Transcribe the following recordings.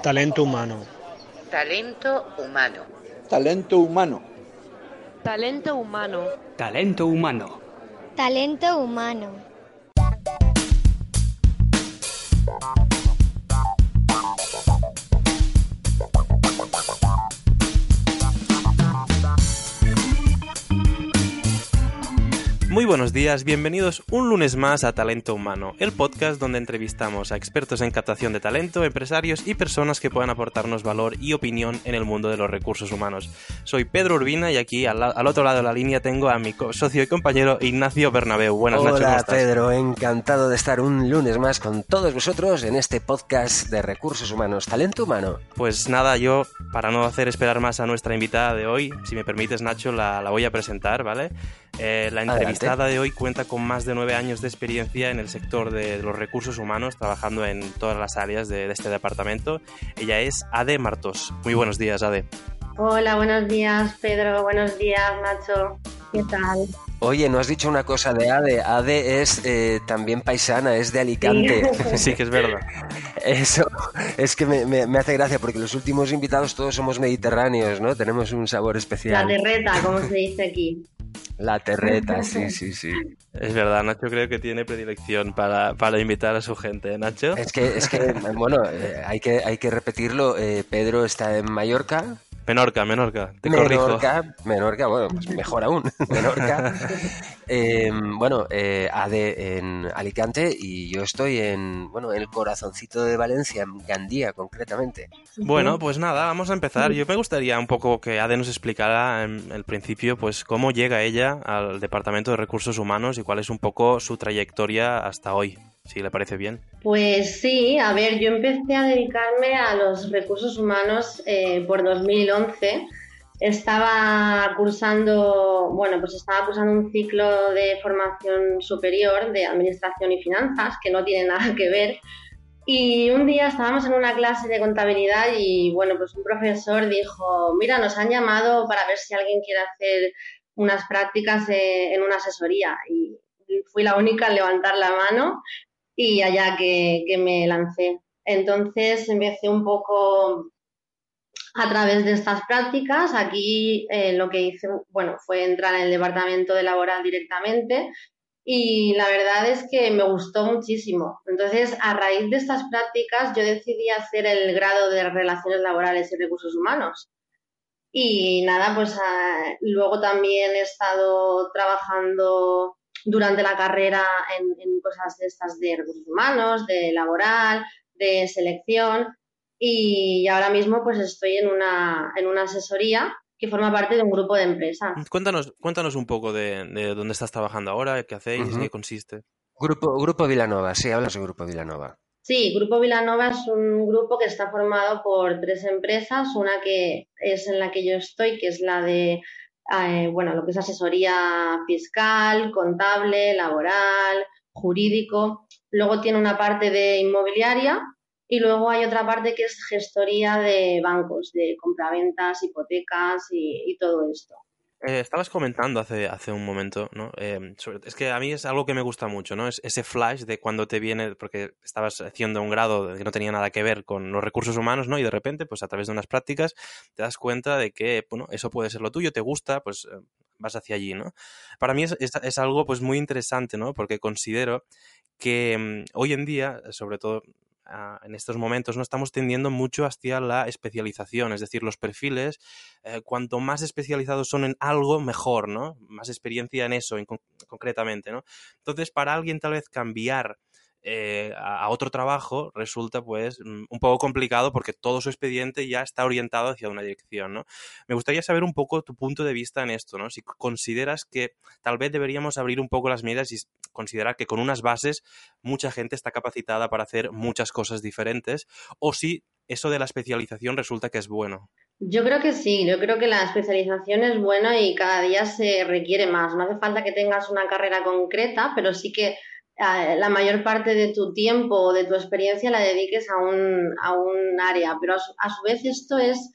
Talento humano. Talento humano. Talento humano. Talento humano. Talento humano. Talento humano. Muy buenos días, bienvenidos un lunes más a Talento Humano, el podcast donde entrevistamos a expertos en captación de talento, empresarios y personas que puedan aportarnos valor y opinión en el mundo de los recursos humanos. Soy Pedro Urbina y aquí al otro lado de la línea tengo a mi socio y compañero Ignacio Bernabeu. Buenas, Nacho, ¿cómo Hola estás? Pedro, encantado de estar un lunes más con todos vosotros en este podcast de recursos humanos, Talento Humano. Pues nada, yo para no hacer esperar más a nuestra invitada de hoy, si me permites Nacho, la voy a presentar, ¿vale? La entrevistada de hoy cuenta con más de 9 años de experiencia en el sector de los recursos humanos, trabajando en todas las áreas de este departamento. Ella es Ade Martos. Muy buenos días, Ade. Hola, buenos días, Pedro. Buenos días, Nacho. ¿Qué tal? Oye, no has dicho una cosa de Ade. Ade es también paisana, es de Alicante. Sí, sí que es verdad. Eso es que me hace gracia porque los últimos invitados todos somos mediterráneos, ¿no? Tenemos un sabor especial. La terreta, como se dice aquí. La terreta, sí. Es verdad, Nacho creo que tiene predilección para invitar a su gente, ¿eh, Nacho? Es que bueno, hay que repetirlo. Pedro está en Mallorca. Menorca, te corrijo. Menorca, bueno, pues mejor aún, Menorca. Ade en Alicante y yo estoy en el corazoncito de Valencia, en Gandía concretamente. Bueno, pues nada, vamos a empezar. Yo me gustaría un poco que Ade nos explicara en el principio pues cómo llega ella al Departamento de Recursos Humanos y cuál es un poco su trayectoria hasta hoy, si le parece bien. Pues sí, a ver, yo empecé a dedicarme a los recursos humanos por 2011. Estaba cursando un ciclo de formación superior de Administración y Finanzas, que no tiene nada que ver. Y un día estábamos en una clase de contabilidad y, pues un profesor dijo, mira, nos han llamado para ver si alguien quiere hacer unas prácticas en una asesoría. Y fui la única en levantar la mano y allá que me lancé. Entonces empecé un poco a través de estas prácticas. Aquí lo que hice fue entrar en el departamento de laboral directamente y la verdad es que me gustó muchísimo. Entonces, a raíz de estas prácticas yo decidí hacer el grado de Relaciones Laborales y Recursos Humanos. Y nada, luego también he estado trabajando durante la carrera en cosas de estas de recursos humanos, de laboral, de selección y ahora mismo pues estoy en una asesoría que forma parte de un grupo de empresas. Cuéntanos un poco de dónde estás trabajando ahora, qué hacéis, qué consiste. Grupo Vilanova, sí, hablas de Grupo Vilanova. Sí, Grupo Vilanova es un grupo que está formado por 3 empresas, una que es en la que yo estoy, que es la de lo que es asesoría fiscal, contable, laboral, jurídico. Luego tiene una parte de inmobiliaria y luego hay otra parte que es gestoría de bancos, de compraventas, hipotecas y todo esto. Estabas comentando hace un momento, ¿no? Es que a mí es algo que me gusta mucho, ¿no? Es ese flash de cuando te viene, porque estabas haciendo un grado que no tenía nada que ver con los recursos humanos, ¿no? Y de repente, pues a través de unas prácticas, te das cuenta de que, eso puede ser lo tuyo, te gusta, pues vas hacia allí, ¿no? Para mí es algo, pues muy interesante, ¿no? Porque considero que hoy en día, sobre todo en estos momentos, no estamos tendiendo mucho hacia la especialización, es decir, los perfiles, cuanto más especializados son en algo, mejor, ¿no? Más experiencia en eso, concretamente, ¿no? Entonces, para alguien tal vez cambiar a otro trabajo resulta pues un poco complicado porque todo su expediente ya está orientado hacia una dirección, ¿no? Me gustaría saber un poco tu punto de vista en esto, ¿no? Si consideras que tal vez deberíamos abrir un poco las miras y considerar que con unas bases mucha gente está capacitada para hacer muchas cosas diferentes, o si eso de la especialización resulta que es bueno. Yo creo que sí, yo creo que la especialización es buena y cada día se requiere más. No hace falta que tengas una carrera concreta, pero sí que la mayor parte de tu tiempo o de tu experiencia la dediques a un área. Pero a su vez esto es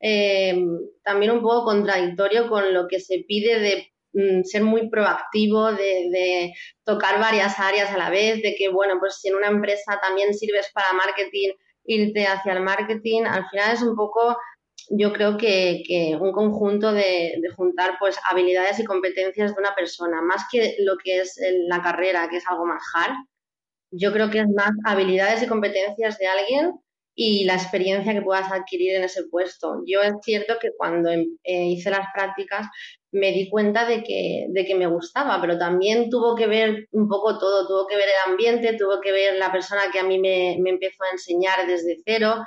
también un poco contradictorio con lo que se pide de ser muy proactivo, de tocar varias áreas a la vez, de que, pues si en una empresa también sirves para marketing, irte hacia el marketing. Al final es un poco, yo creo que un conjunto de juntar pues habilidades y competencias de una persona, más que lo que es la carrera, que es algo más hard. Yo creo que es más habilidades y competencias de alguien y la experiencia que puedas adquirir en ese puesto. Yo es cierto que cuando hice las prácticas me di cuenta de que me gustaba, pero también tuvo que ver un poco todo, tuvo que ver el ambiente, tuvo que ver la persona que a mí me empezó a enseñar desde cero,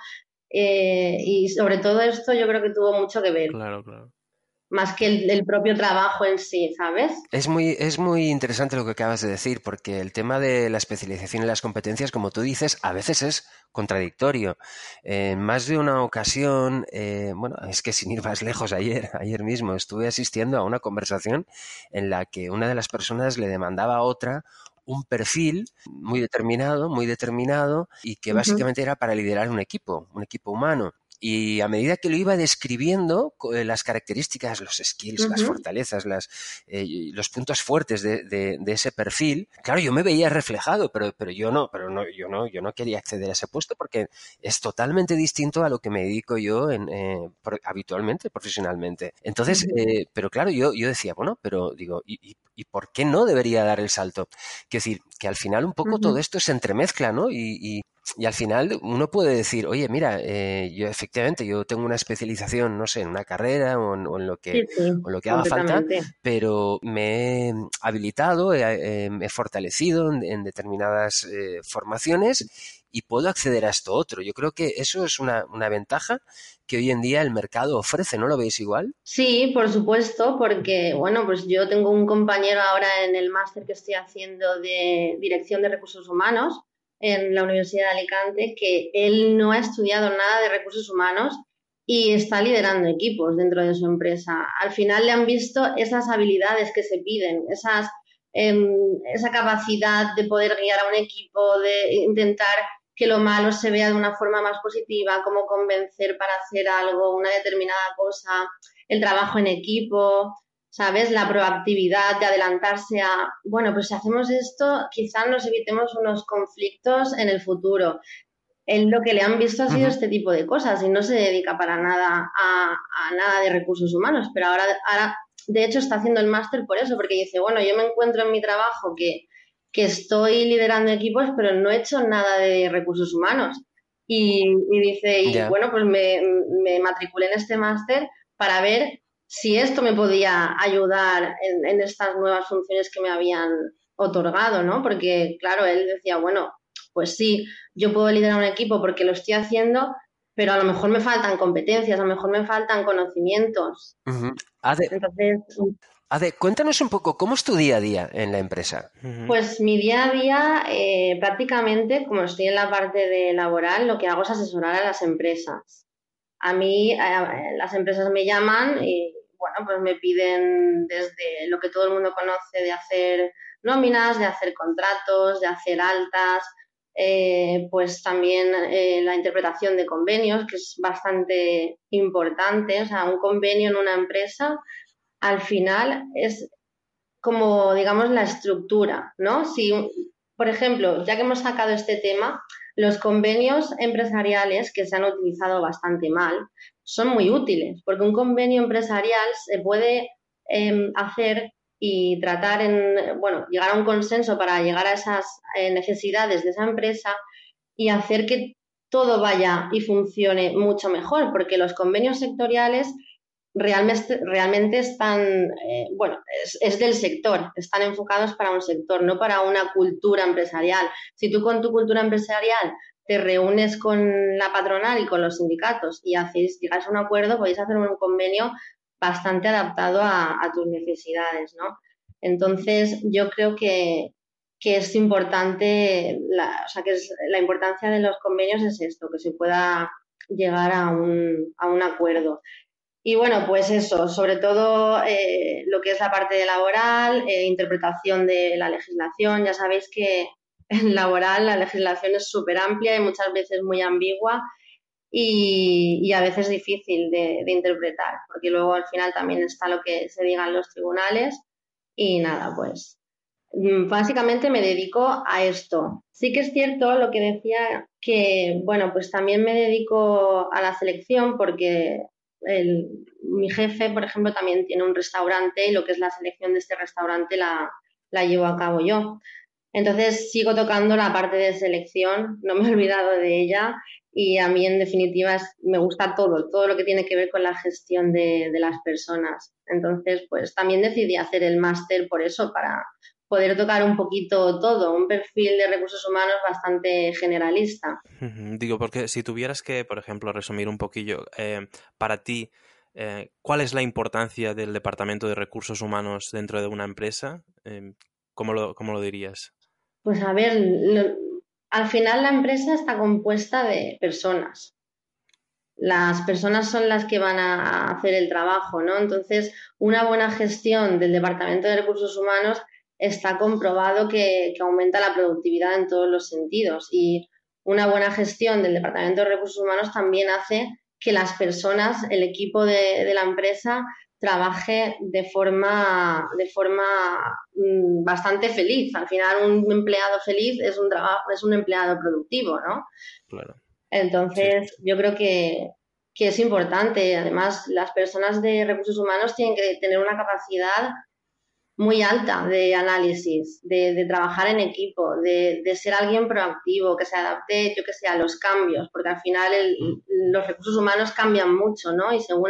y sobre todo esto yo creo que tuvo mucho que ver, Claro, claro. más que el propio trabajo en sí, ¿sabes? Es muy interesante lo que acabas de decir, porque el tema de la especialización y las competencias, como tú dices, a veces es contradictorio. En más de una ocasión, bueno, es que sin ir más lejos, ayer mismo estuve asistiendo a una conversación en la que una de las personas le demandaba a otra un perfil muy determinado, y que Uh-huh. básicamente era para liderar un equipo humano. Y a medida que lo iba describiendo, las características, los skills, las Uh-huh. fortalezas, los puntos fuertes de ese perfil, claro, yo me veía reflejado, pero yo no quería acceder a ese puesto porque es totalmente distinto a lo que me dedico yo habitualmente, profesionalmente. Entonces, Uh-huh. pero claro, yo decía, bueno, pero digo, ¿y por qué no debería dar el salto? Quiero decir, que al final un poco todo Uh-huh. esto se entremezcla, ¿no? Y al final uno puede decir, oye, mira, yo efectivamente yo tengo una especialización, no sé, en una carrera Sí, o sí, en lo que haga falta, completamente. pero me he habilitado, me he fortalecido en determinadas formaciones y puedo acceder a esto otro. Yo creo que eso es una ventaja que hoy en día el mercado ofrece, ¿no lo veis igual? Sí, por supuesto, porque bueno, pues yo tengo un compañero ahora en el máster que estoy haciendo de Dirección de Recursos Humanos en la Universidad de Alicante, que él no ha estudiado nada de recursos humanos y está liderando equipos dentro de su empresa. Al final le han visto esas habilidades que se piden, em, esa capacidad de poder guiar a un equipo, de intentar que lo malo se vea de una forma más positiva, cómo convencer para hacer algo, una determinada cosa, el trabajo en equipo, ¿sabes? La proactividad de adelantarse a, bueno, pues si hacemos esto, quizás nos evitemos unos conflictos en el futuro. Él lo que le han visto ha sido Ujú. este tipo de cosas y no se dedica para nada a nada de recursos humanos, pero ahora, de hecho, está haciendo el máster por eso, porque dice, bueno, yo me encuentro en mi trabajo que estoy liderando equipos, pero no he hecho nada de recursos humanos. Y dice, y Ya. bueno, pues me matriculé en este máster para ver si esto me podía ayudar en estas nuevas funciones que me habían otorgado, ¿no? Porque, claro, él decía, bueno, pues sí, yo puedo liderar un equipo porque lo estoy haciendo, pero a lo mejor me faltan competencias, a lo mejor me faltan conocimientos. Ujú. Ade, Entonces, Cuéntanos un poco, ¿cómo es tu día a día en la empresa? Ujú. pues mi día a día, prácticamente, como estoy en la parte de laboral, lo que hago es asesorar a las empresas. A mí, las empresas me llaman y, bueno, pues me piden desde lo que todo el mundo conoce de hacer nóminas, de hacer contratos, de hacer altas, pues también la interpretación de convenios, que es bastante importante. O sea, un convenio en una empresa al final es como, digamos, la estructura, ¿no? Si, por ejemplo, ya que hemos sacado este tema, los convenios empresariales que se han utilizado bastante mal son muy útiles, porque un convenio empresarial se puede hacer y tratar bueno, llegar a un consenso para llegar a esas necesidades de esa empresa y hacer que todo vaya y funcione mucho mejor, porque los convenios sectoriales realmente están, bueno, es del sector, están enfocados para un sector, no para una cultura empresarial. Si tú con tu cultura empresarial te reúnes con la patronal y con los sindicatos y llegáis a un acuerdo, podéis hacer un convenio bastante adaptado a tus necesidades, ¿no? Entonces, yo creo que es importante, o sea, la importancia de los convenios es esto, que se pueda llegar a un acuerdo. Y bueno, pues eso, sobre todo lo que es la parte de laboral, interpretación de la legislación. Ya sabéis que en laboral la legislación es súper amplia y muchas veces muy ambigua y a veces difícil de interpretar, porque luego al final también está lo que se diga en los tribunales y nada, pues Básicamente me dedico a esto. Sí que es cierto lo que decía que, bueno, pues también me dedico a la selección porque mi jefe, por ejemplo, también tiene un restaurante y lo que es la selección de este restaurante la llevo a cabo yo. Entonces sigo tocando la parte de selección, no me he olvidado de ella y a mí en definitiva me gusta todo lo que tiene que ver con la gestión de las personas. Entonces, pues también decidí hacer el máster por eso, para poder tocar un poquito todo, un perfil de recursos humanos bastante generalista. Digo, porque si tuvieras que, por ejemplo, resumir un poquillo, para ti, ¿cuál es la importancia del departamento de recursos humanos dentro de una empresa? ¿Cómo lo dirías? Pues a ver, al final la empresa está compuesta de personas. Las personas son las que van a hacer el trabajo, ¿no? Entonces, una buena gestión del Departamento de Recursos Humanos está comprobado que aumenta la productividad en todos los sentidos y una buena gestión del Departamento de Recursos Humanos también hace que las personas, el equipo de la empresa, trabaje de forma bastante feliz. Al final, un empleado feliz es un empleado productivo, ¿no? Claro. Entonces, Sí. yo creo que es importante. Además, las personas de recursos humanos tienen que tener una capacidad muy alta de análisis, de trabajar en equipo, de ser alguien proactivo, que se adapte, yo que sé, a los cambios, porque al final los recursos humanos cambian mucho, ¿no? Y según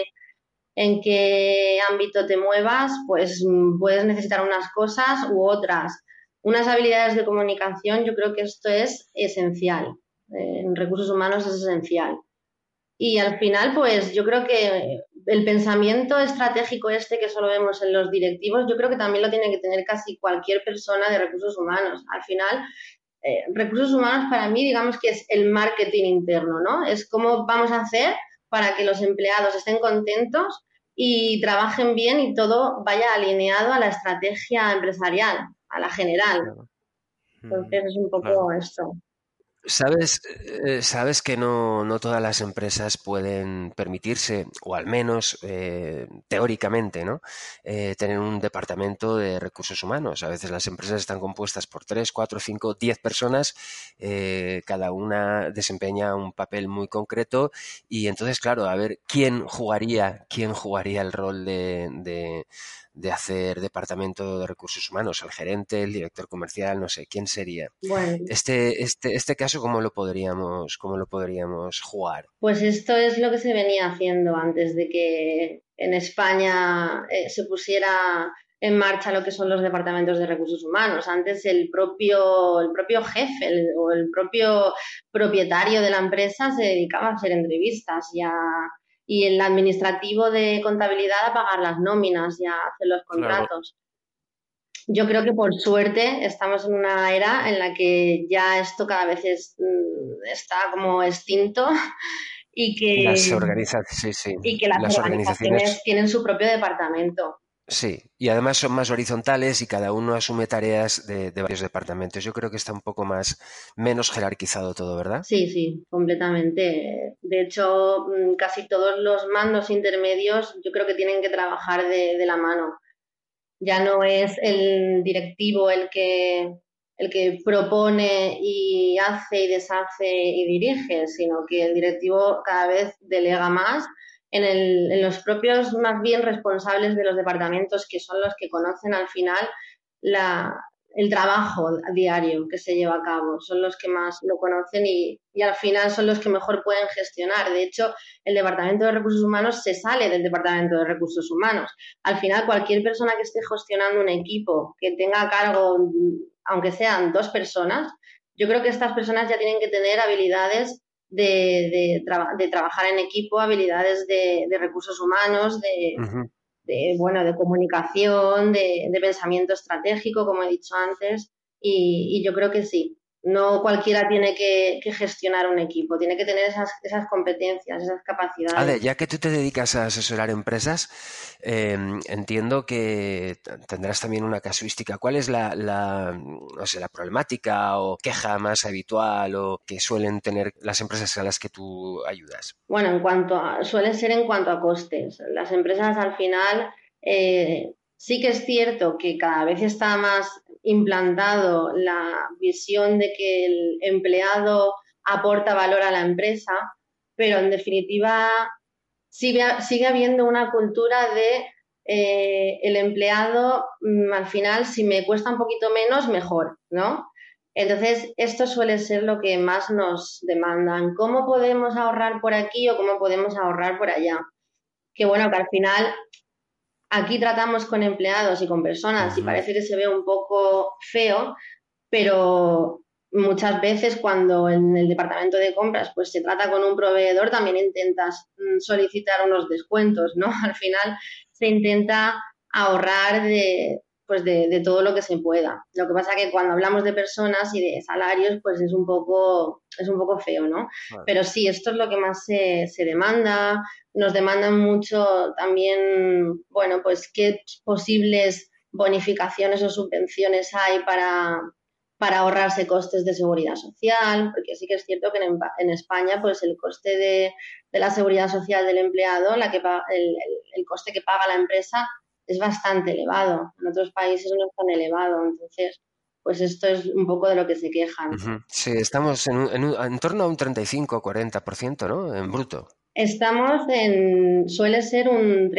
en qué ámbito te muevas, pues puedes necesitar unas cosas u otras. Unas habilidades de comunicación, yo creo que esto es esencial. En recursos humanos es esencial. Y al final, pues yo creo que el pensamiento estratégico que solo vemos en los directivos, yo creo que también lo tiene que tener casi cualquier persona de recursos humanos. Al final, recursos humanos para mí, digamos que es el marketing interno, ¿no? Es cómo vamos a hacer para que los empleados estén contentos y trabajen bien y todo vaya alineado a la estrategia empresarial, a la general. Claro. Entonces es un Claro. poco esto. Sabes que no todas las empresas pueden permitirse, o al menos teóricamente, ¿no? Tener un departamento de recursos humanos. A veces las empresas están compuestas por 3, 4, 5, 10 personas, cada una desempeña un papel muy concreto y entonces, claro, a ver quién jugaría el rol de hacer departamento de recursos humanos, el gerente, el director comercial, no sé, ¿quién sería? Bueno, Este caso, ¿cómo lo podríamos jugar? pues esto es lo que se venía haciendo antes de que en España se pusiera en marcha lo que son los departamentos de recursos humanos. Antes el propio jefe o el propio propietario de la empresa se dedicaba a hacer entrevistas y el administrativo de contabilidad a pagar las nóminas y a hacer los Claro. contratos. Yo creo que por suerte estamos en una era en la que ya esto cada vez está como extinto y Las que, organizaciones, sí, y que las las organizaciones organizaciones, tienen su propio departamento. sí, y además son más horizontales y cada uno asume tareas de varios departamentos. Yo creo que está un poco menos jerarquizado todo, ¿verdad? Sí, sí, completamente. De hecho, casi todos los mandos intermedios yo creo que tienen que trabajar de la mano. Ya no es el directivo el que propone y hace y deshace y dirige, sino que el directivo cada vez delega más en los propios más bien responsables de los departamentos, que son los que conocen al final la, el trabajo diario que se lleva a cabo, son los que más lo conocen y al final son los que mejor pueden gestionar. De hecho, el Departamento de Recursos Humanos se sale del Departamento de Recursos Humanos. Al final, cualquier persona que esté gestionando un equipo, que tenga a cargo, aunque sean 2 personas, yo creo que estas personas ya tienen que tener habilidades de trabajar en equipo, habilidades de recursos humanos, Ujú. de comunicación, de pensamiento estratégico, como he dicho antes, y yo creo que sí. No cualquiera tiene que gestionar un equipo, tiene que tener esas competencias, esas capacidades. Ade, ya que tú te dedicas a asesorar empresas, entiendo que tendrás también una casuística. ¿Cuál es no sé, la problemática o queja más habitual o que suelen tener las empresas a las que tú ayudas? Bueno, suele ser en cuanto a costes. Las empresas al final sí que es cierto que cada vez está más implantado la visión de que el empleado aporta valor a la empresa, pero en definitiva sigue habiendo una cultura de el empleado, al final, si me cuesta un poquito menos, mejor, ¿no? Entonces, esto suele ser lo que más nos demandan. ¿Cómo podemos ahorrar por aquí o cómo podemos ahorrar por allá? Que bueno, que al final aquí tratamos con empleados y con personas y parece que se ve un poco feo, pero muchas veces cuando en el departamento de compras pues se trata con un proveedor, también intentas solicitar unos descuentos, ¿no? Al final se intenta ahorrar de todo lo que se pueda. Lo que pasa que cuando hablamos de personas y de salarios, pues es un poco feo, ¿no? Vale. Pero sí, esto es lo que más se demanda. Nos demandan mucho también, bueno, pues qué posibles bonificaciones o subvenciones hay para ahorrarse costes de seguridad social, porque sí que es cierto que en España pues el coste de la seguridad social del empleado, el coste que paga la empresa es bastante elevado. En otros países no es tan elevado, entonces pues esto es un poco de lo que se quejan. Sí, estamos en torno a un 35-40%, ¿no? En bruto. Estamos suele ser un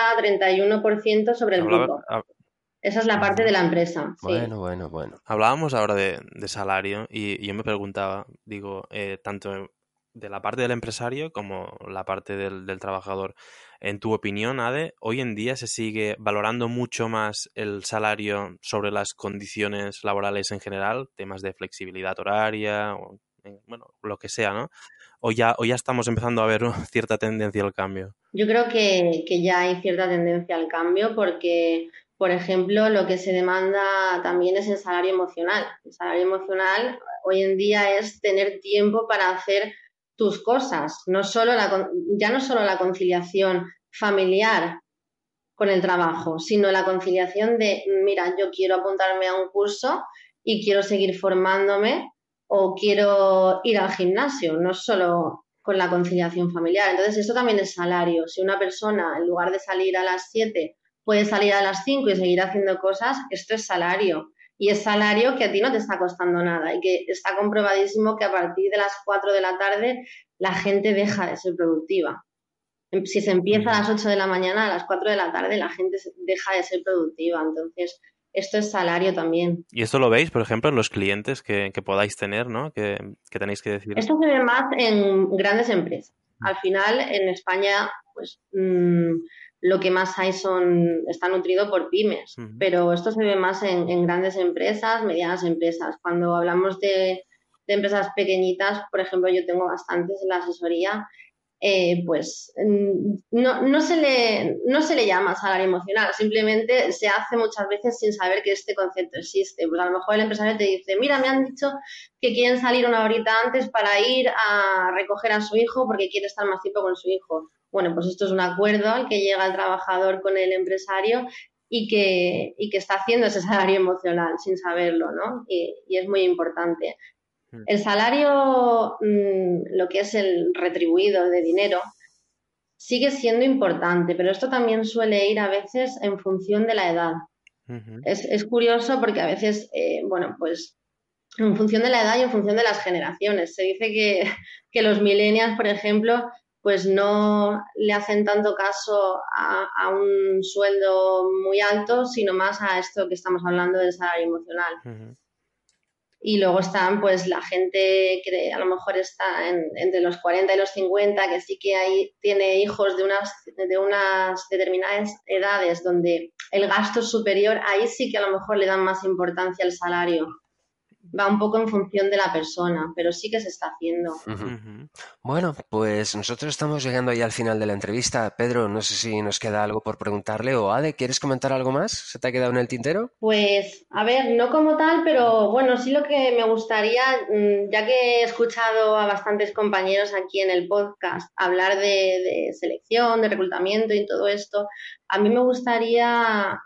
30-31% sobre el bruto. Esa es la parte de la empresa. Bueno. Hablábamos ahora de salario y yo me preguntaba, digo, tanto de la parte del empresario como la parte del trabajador. En tu opinión, Ade, ¿hoy en día se sigue valorando mucho más el salario sobre las condiciones laborales en general? Temas de flexibilidad horaria, o, bueno, lo que sea, ¿no? ¿O ya estamos empezando a ver cierta tendencia al cambio? Yo creo que ya hay cierta tendencia al cambio porque, por ejemplo, lo que se demanda también es el salario emocional. El salario emocional hoy en día es tener tiempo para hacer tus cosas, ya no solo la conciliación familiar con el trabajo, sino la conciliación de, mira, yo quiero apuntarme a un curso y quiero seguir formándome o quiero ir al gimnasio, no solo con la conciliación familiar. Entonces, esto también es salario. Si una persona, en lugar de salir a las 7, puede salir a las 5 y seguir haciendo cosas, esto es salario. Y es salario que a ti no te está costando nada y que está comprobadísimo que a partir de las 4 de la tarde la gente deja de ser productiva. Si se empieza a las 8 de la mañana, a las 4 de la tarde la gente deja de ser productiva. Entonces, esto es salario también. Y esto lo veis, por ejemplo, en los clientes que podáis tener, ¿no? Que tenéis que decir. Esto se ve más en grandes empresas. Al final, en España, pues lo que más hay está nutrido por pymes, pero esto se ve más en grandes empresas, medianas empresas. Cuando hablamos de empresas pequeñitas, por ejemplo, yo tengo bastantes en la asesoría, pues no se le llama salario emocional, simplemente se hace muchas veces sin saber que este concepto existe. Pues a lo mejor el empresario te dice, mira, me han dicho que quieren salir una horita antes para ir a recoger a su hijo porque quiere estar más tiempo con su hijo. Bueno, pues esto es un acuerdo al que llega el trabajador con el empresario y que está haciendo ese salario emocional sin saberlo, ¿no? Y es muy importante. El salario, lo que es el retribuido de dinero, sigue siendo importante, pero esto también suele ir a veces en función de la edad. Es curioso porque a veces, bueno, pues en función de la edad y en función de las generaciones. Se dice que los millennials, por ejemplo, pues no le hacen tanto caso a un sueldo muy alto, sino más a esto que estamos hablando del salario emocional. Y luego están pues la gente que a lo mejor está entre los 40 y los 50, que sí que tiene hijos de unas determinadas edades donde el gasto es superior, ahí sí que a lo mejor le dan más importancia al salario. Va un poco en función de la persona, pero sí que se está haciendo. Bueno, pues nosotros estamos llegando ya al final de la entrevista. Pedro, no sé si nos queda algo por preguntarle, o Ade, ¿quieres comentar algo más? ¿Se te ha quedado en el tintero? Pues, a ver, no como tal, pero bueno, sí lo que me gustaría, ya que he escuchado a bastantes compañeros aquí en el podcast hablar de selección, de reclutamiento y todo esto, a mí me gustaría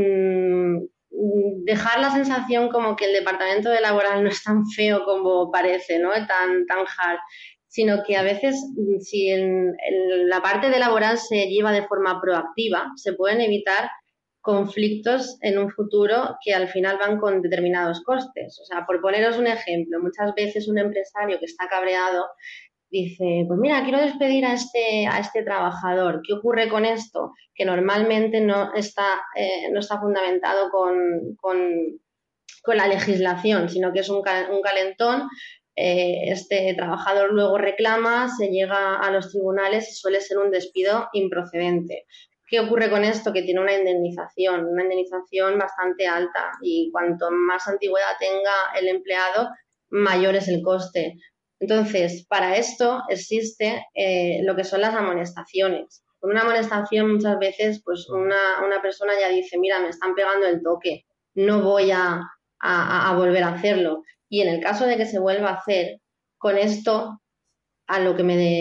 dejar la sensación como que el departamento de laboral no es tan feo como parece, ¿no? Tan hard, sino que a veces si la parte de laboral se lleva de forma proactiva, se pueden evitar conflictos en un futuro que al final van con determinados costes. O sea, por poneros un ejemplo, muchas veces un empresario que está cabreado dice, pues mira, quiero despedir a este trabajador. ¿Qué ocurre con esto? Que normalmente no está fundamentado con la legislación, sino que es un calentón. Este trabajador luego reclama, se llega a los tribunales y suele ser un despido improcedente. ¿Qué ocurre con esto? Que tiene una indemnización bastante alta, y cuanto más antigüedad tenga el empleado, mayor es el coste. Entonces, para esto existe lo que son las amonestaciones. Con una amonestación muchas veces pues una persona ya dice, mira, me están pegando el toque, no voy a volver a hacerlo. Y en el caso de que se vuelva a hacer, con esto, a lo que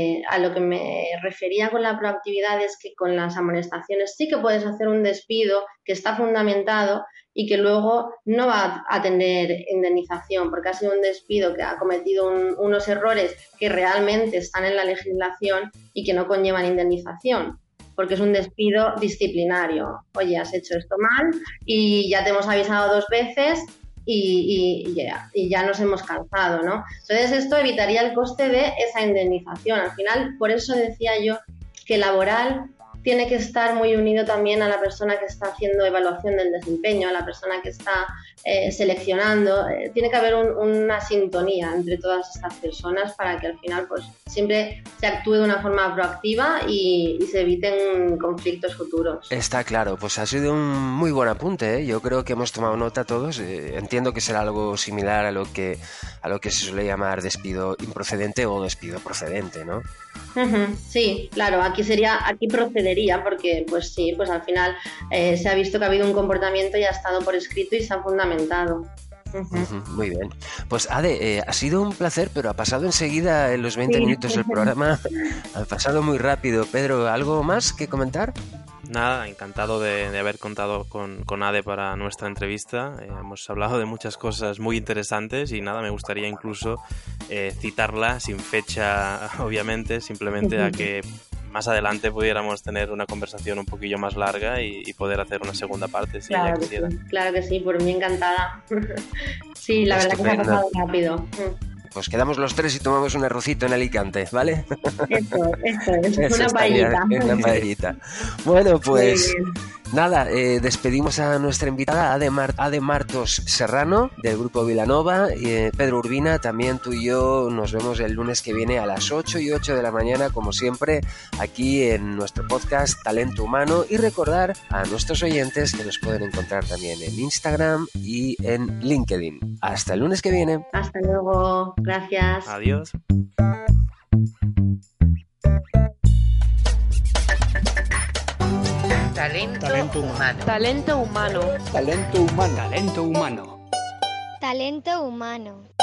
me refería con la proactividad es que con las amonestaciones sí que puedes hacer un despido que está fundamentado y que luego no va a tener indemnización, porque ha sido un despido que ha cometido unos errores que realmente están en la legislación y que no conllevan indemnización, porque es un despido disciplinario. Oye, has hecho esto mal y ya te hemos avisado 2 veces y ya nos hemos cansado, ¿no? Entonces esto evitaría el coste de esa indemnización. Al final, por eso decía yo que laboral tiene que estar muy unido también a la persona que está haciendo evaluación del desempeño, a la persona que está seleccionando. Tiene que haber una sintonía entre todas estas personas para que al final pues siempre se actúe de una forma proactiva y se eviten conflictos futuros. Está claro, pues ha sido un muy buen apunte, ¿eh? Yo creo que hemos tomado nota todos. Entiendo que será algo similar a lo que se suele llamar despido improcedente o despido procedente, ¿no? Sí, claro, aquí procedería porque pues sí, pues al final se ha visto que ha habido un comportamiento y ha estado por escrito y se ha fundamentado. Muy bien. Pues Ade, ha sido un placer, pero ha pasado enseguida en los 20 minutos del programa. Ha pasado muy rápido. Pedro, ¿algo más que comentar? Nada, encantado de haber contado con Ade para nuestra entrevista. Hemos hablado de muchas cosas muy interesantes y nada, me gustaría incluso citarla sin fecha, obviamente, simplemente a que más adelante pudiéramos tener una conversación un poquillo más larga y poder hacer una segunda parte, si ella quisiera. Sí, claro que sí, por mí encantada. Sí, la verdad que se ha pasado rápido. Pues quedamos los 3 y tomamos un arrocito en Alicante, ¿vale? Eso es. Una paellita. Bueno, pues nada, despedimos a nuestra invitada Ade Martos Serrano, del Grupo Vilanova. Pedro Urbina, también tú y yo nos vemos el lunes que viene a las 8 y 8 de la mañana, como siempre, aquí en nuestro podcast Talento Humano. Y recordar a nuestros oyentes que nos pueden encontrar también en Instagram y en LinkedIn. Hasta el lunes que viene. Hasta luego. Gracias. Adiós. Talento humano. Talento humano. Talento humano. Talento humano. Talento humano.